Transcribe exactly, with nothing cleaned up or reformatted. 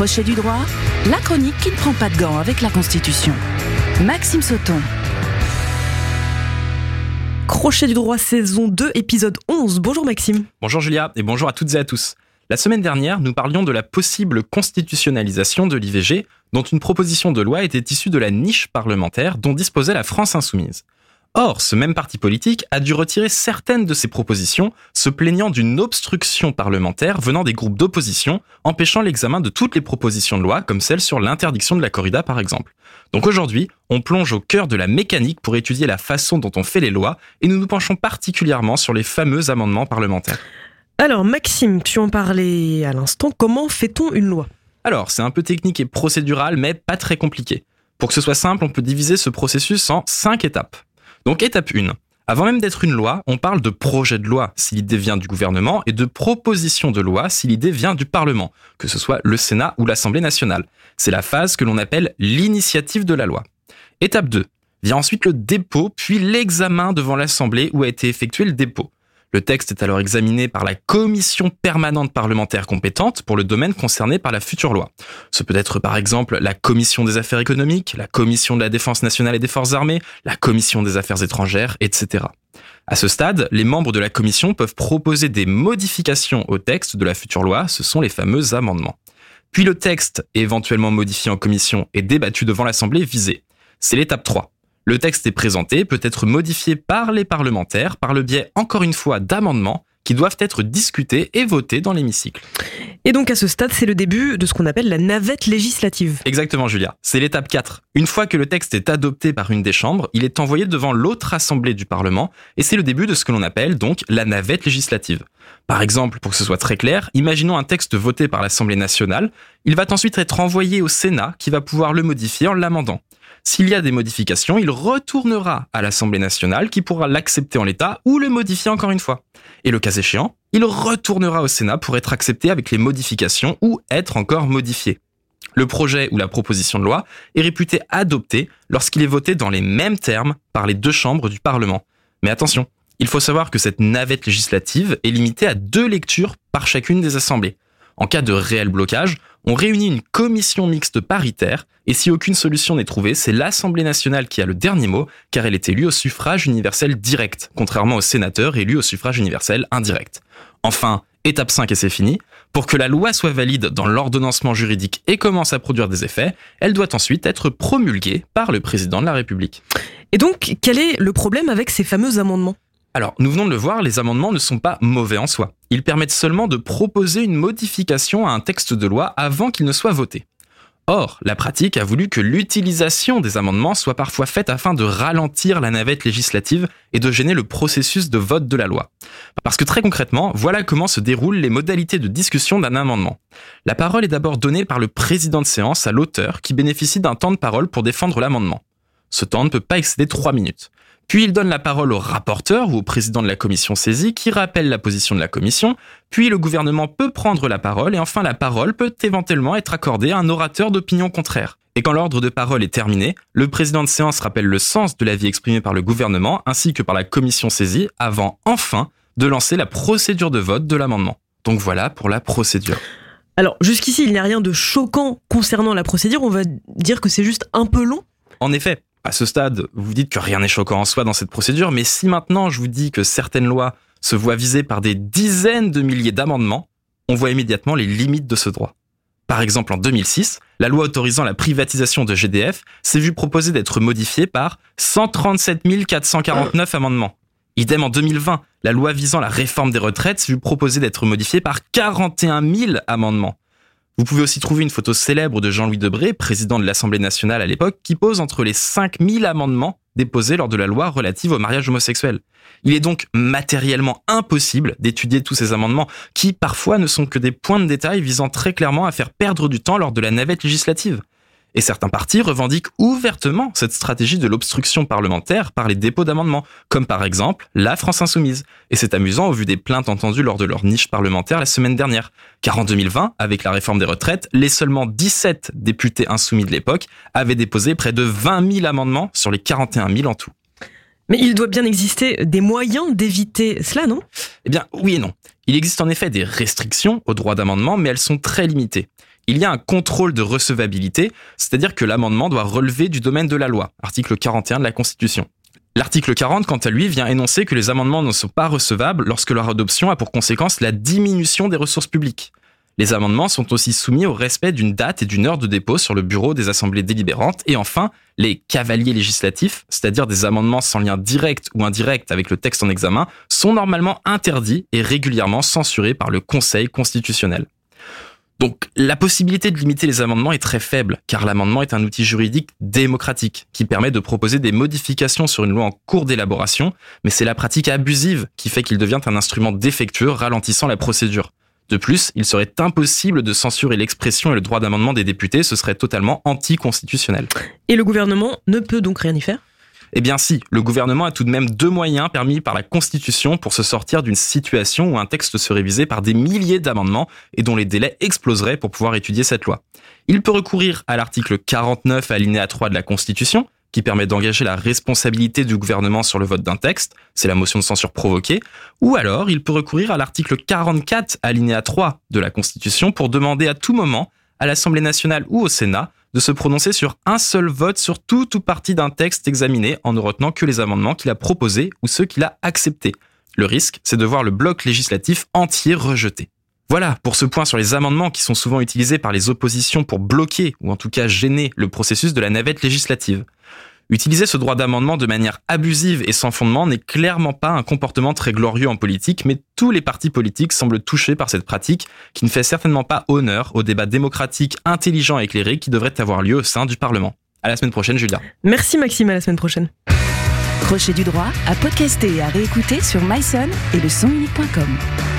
Crochet du droit, la chronique qui ne prend pas de gants avec la Constitution. Maxime Sauton. Crochet du droit saison deux, épisode onze. Bonjour Maxime. Bonjour Julia et bonjour à toutes et à tous. La semaine dernière, nous parlions de la possible constitutionnalisation de l'I V G, dont une proposition de loi était issue de la niche parlementaire dont disposait la France insoumise. Or, ce même parti politique a dû retirer certaines de ses propositions, se plaignant d'une obstruction parlementaire venant des groupes d'opposition, empêchant l'examen de toutes les propositions de loi, comme celle sur l'interdiction de la corrida par exemple. Donc aujourd'hui, on plonge au cœur de la mécanique pour étudier la façon dont on fait les lois, et nous nous penchons particulièrement sur les fameux amendements parlementaires. Alors Maxime, tu en parlais à l'instant, comment fait-on une loi ? Alors, c'est un peu technique et procédural, mais pas très compliqué. Pour que ce soit simple, on peut diviser ce processus en cinq étapes. Donc étape un. Avant même d'être une loi, on parle de projet de loi si l'idée vient du gouvernement et de proposition de loi si l'idée vient du Parlement, que ce soit le Sénat ou l'Assemblée nationale. C'est la phase que l'on appelle l'initiative de la loi. Étape deux. Vient ensuite le dépôt, puis l'examen devant l'Assemblée où a été effectué le dépôt. Le texte est alors examiné par la commission permanente parlementaire compétente pour le domaine concerné par la future loi. Ce peut être par exemple la commission des affaires économiques, la commission de la défense nationale et des forces armées, la commission des affaires étrangères, et cetera. À ce stade, les membres de la commission peuvent proposer des modifications au texte de la future loi, ce sont les fameux amendements. Puis le texte est éventuellement modifié en commission et débattu devant l'Assemblée visée. C'est l'étape trois. Le texte est présenté, peut être modifié par les parlementaires par le biais, encore une fois, d'amendements qui doivent être discutés et votés dans l'hémicycle. Et donc à ce stade, c'est le début de ce qu'on appelle la navette législative. Exactement Julia, c'est l'étape quatre. Une fois que le texte est adopté par une des chambres, il est envoyé devant l'autre assemblée du Parlement et c'est le début de ce que l'on appelle donc la navette législative. Par exemple, pour que ce soit très clair, imaginons un texte voté par l'Assemblée nationale, il va ensuite être envoyé au Sénat qui va pouvoir le modifier en l'amendant. S'il y a des modifications, il retournera à l'Assemblée nationale qui pourra l'accepter en l'état ou le modifier encore une fois. Et le cas échéant, il retournera au Sénat pour être accepté avec les modifications ou être encore modifié. Le projet ou la proposition de loi est réputé adopté lorsqu'il est voté dans les mêmes termes par les deux chambres du Parlement. Mais attention, il faut savoir que cette navette législative est limitée à deux lectures par chacune des assemblées. En cas de réel blocage, on réunit une commission mixte paritaire et si aucune solution n'est trouvée, c'est l'Assemblée nationale qui a le dernier mot car elle est élue au suffrage universel direct, contrairement aux sénateurs élus au suffrage universel indirect. Enfin, étape cinq et c'est fini, pour que la loi soit valide dans l'ordonnancement juridique et commence à produire des effets, elle doit ensuite être promulguée par le président de la République. Et donc, quel est le problème avec ces fameux amendements ? Alors, nous venons de le voir, les amendements ne sont pas mauvais en soi. Ils permettent seulement de proposer une modification à un texte de loi avant qu'il ne soit voté. Or, la pratique a voulu que l'utilisation des amendements soit parfois faite afin de ralentir la navette législative et de gêner le processus de vote de la loi. Parce que très concrètement, voilà comment se déroulent les modalités de discussion d'un amendement. La parole est d'abord donnée par le président de séance à l'auteur qui bénéficie d'un temps de parole pour défendre l'amendement. Ce temps ne peut pas excéder trois minutes. Puis il donne la parole au rapporteur ou au président de la commission saisie qui rappelle la position de la commission, puis le gouvernement peut prendre la parole et enfin la parole peut éventuellement être accordée à un orateur d'opinion contraire. Et quand l'ordre de parole est terminé, le président de séance rappelle le sens de l'avis exprimé par le gouvernement ainsi que par la commission saisie avant enfin de lancer la procédure de vote de l'amendement. Donc voilà pour la procédure. Alors jusqu'ici, il n'y a rien de choquant concernant la procédure, on va dire que c'est juste un peu long. En effet. À ce stade, vous vous dites que rien n'est choquant en soi dans cette procédure, mais si maintenant je vous dis que certaines lois se voient visées par des dizaines de milliers d'amendements, on voit immédiatement les limites de ce droit. Par exemple, en deux mille six, la loi autorisant la privatisation de G D F s'est vue proposer d'être modifiée par cent trente-sept mille quatre cent quarante-neuf amendements. Idem en deux mille vingt, la loi visant la réforme des retraites s'est vue proposer d'être modifiée par quarante et un mille amendements. Vous pouvez aussi trouver une photo célèbre de Jean-Louis Debré, président de l'Assemblée nationale à l'époque, qui pose entre les cinq mille amendements déposés lors de la loi relative au mariage homosexuel. Il est donc matériellement impossible d'étudier tous ces amendements qui, parfois, ne sont que des points de détail visant très clairement à faire perdre du temps lors de la navette législative. Et certains partis revendiquent ouvertement cette stratégie de l'obstruction parlementaire par les dépôts d'amendements, comme par exemple la France insoumise. Et c'est amusant au vu des plaintes entendues lors de leur niche parlementaire la semaine dernière. Car en deux mille vingt, avec la réforme des retraites, les seulement dix-sept députés insoumis de l'époque avaient déposé près de vingt mille amendements sur les quarante et un mille en tout. Mais il doit bien exister des moyens d'éviter cela, non ? Eh bien, oui et non. Il existe en effet des restrictions au droit d'amendement, mais elles sont très limitées. Il y a un contrôle de recevabilité, c'est-à-dire que l'amendement doit relever du domaine de la loi, article quarante et un de la Constitution. L'article quarante, quant à lui, vient énoncer que les amendements ne sont pas recevables lorsque leur adoption a pour conséquence la diminution des ressources publiques. Les amendements sont aussi soumis au respect d'une date et d'une heure de dépôt sur le bureau des assemblées délibérantes. Et enfin, les cavaliers législatifs, c'est-à-dire des amendements sans lien direct ou indirect avec le texte en examen, sont normalement interdits et régulièrement censurés par le Conseil constitutionnel. Donc, la possibilité de limiter les amendements est très faible, car l'amendement est un outil juridique démocratique qui permet de proposer des modifications sur une loi en cours d'élaboration, mais c'est la pratique abusive qui fait qu'il devient un instrument défectueux ralentissant la procédure. De plus, il serait impossible de censurer l'expression et le droit d'amendement des députés, ce serait totalement anticonstitutionnel. Et le gouvernement ne peut donc rien y faire ? Eh bien si, le gouvernement a tout de même deux moyens permis par la Constitution pour se sortir d'une situation où un texte serait visé par des milliers d'amendements et dont les délais exploseraient pour pouvoir étudier cette loi. Il peut recourir à l'article quarante-neuf alinéa trois de la Constitution, qui permet d'engager la responsabilité du gouvernement sur le vote d'un texte, c'est la motion de censure provoquée, ou alors il peut recourir à l'article quarante-quatre alinéa trois de la Constitution pour demander à tout moment, à l'Assemblée nationale ou au Sénat, de se prononcer sur un seul vote sur tout ou partie d'un texte examiné en ne retenant que les amendements qu'il a proposés ou ceux qu'il a acceptés. Le risque, c'est de voir le bloc législatif entier rejeté. Voilà pour ce point sur les amendements qui sont souvent utilisés par les oppositions pour bloquer ou en tout cas gêner le processus de la navette législative. Utiliser ce droit d'amendement de manière abusive et sans fondement n'est clairement pas un comportement très glorieux en politique, mais tous les partis politiques semblent touchés par cette pratique qui ne fait certainement pas honneur au débat démocratique intelligent et éclairé qui devrait avoir lieu au sein du Parlement. À la semaine prochaine, Julia. Merci Maxime, à la semaine prochaine. Crochet du droit à podcaster et à réécouter sur myson et le son unique point com.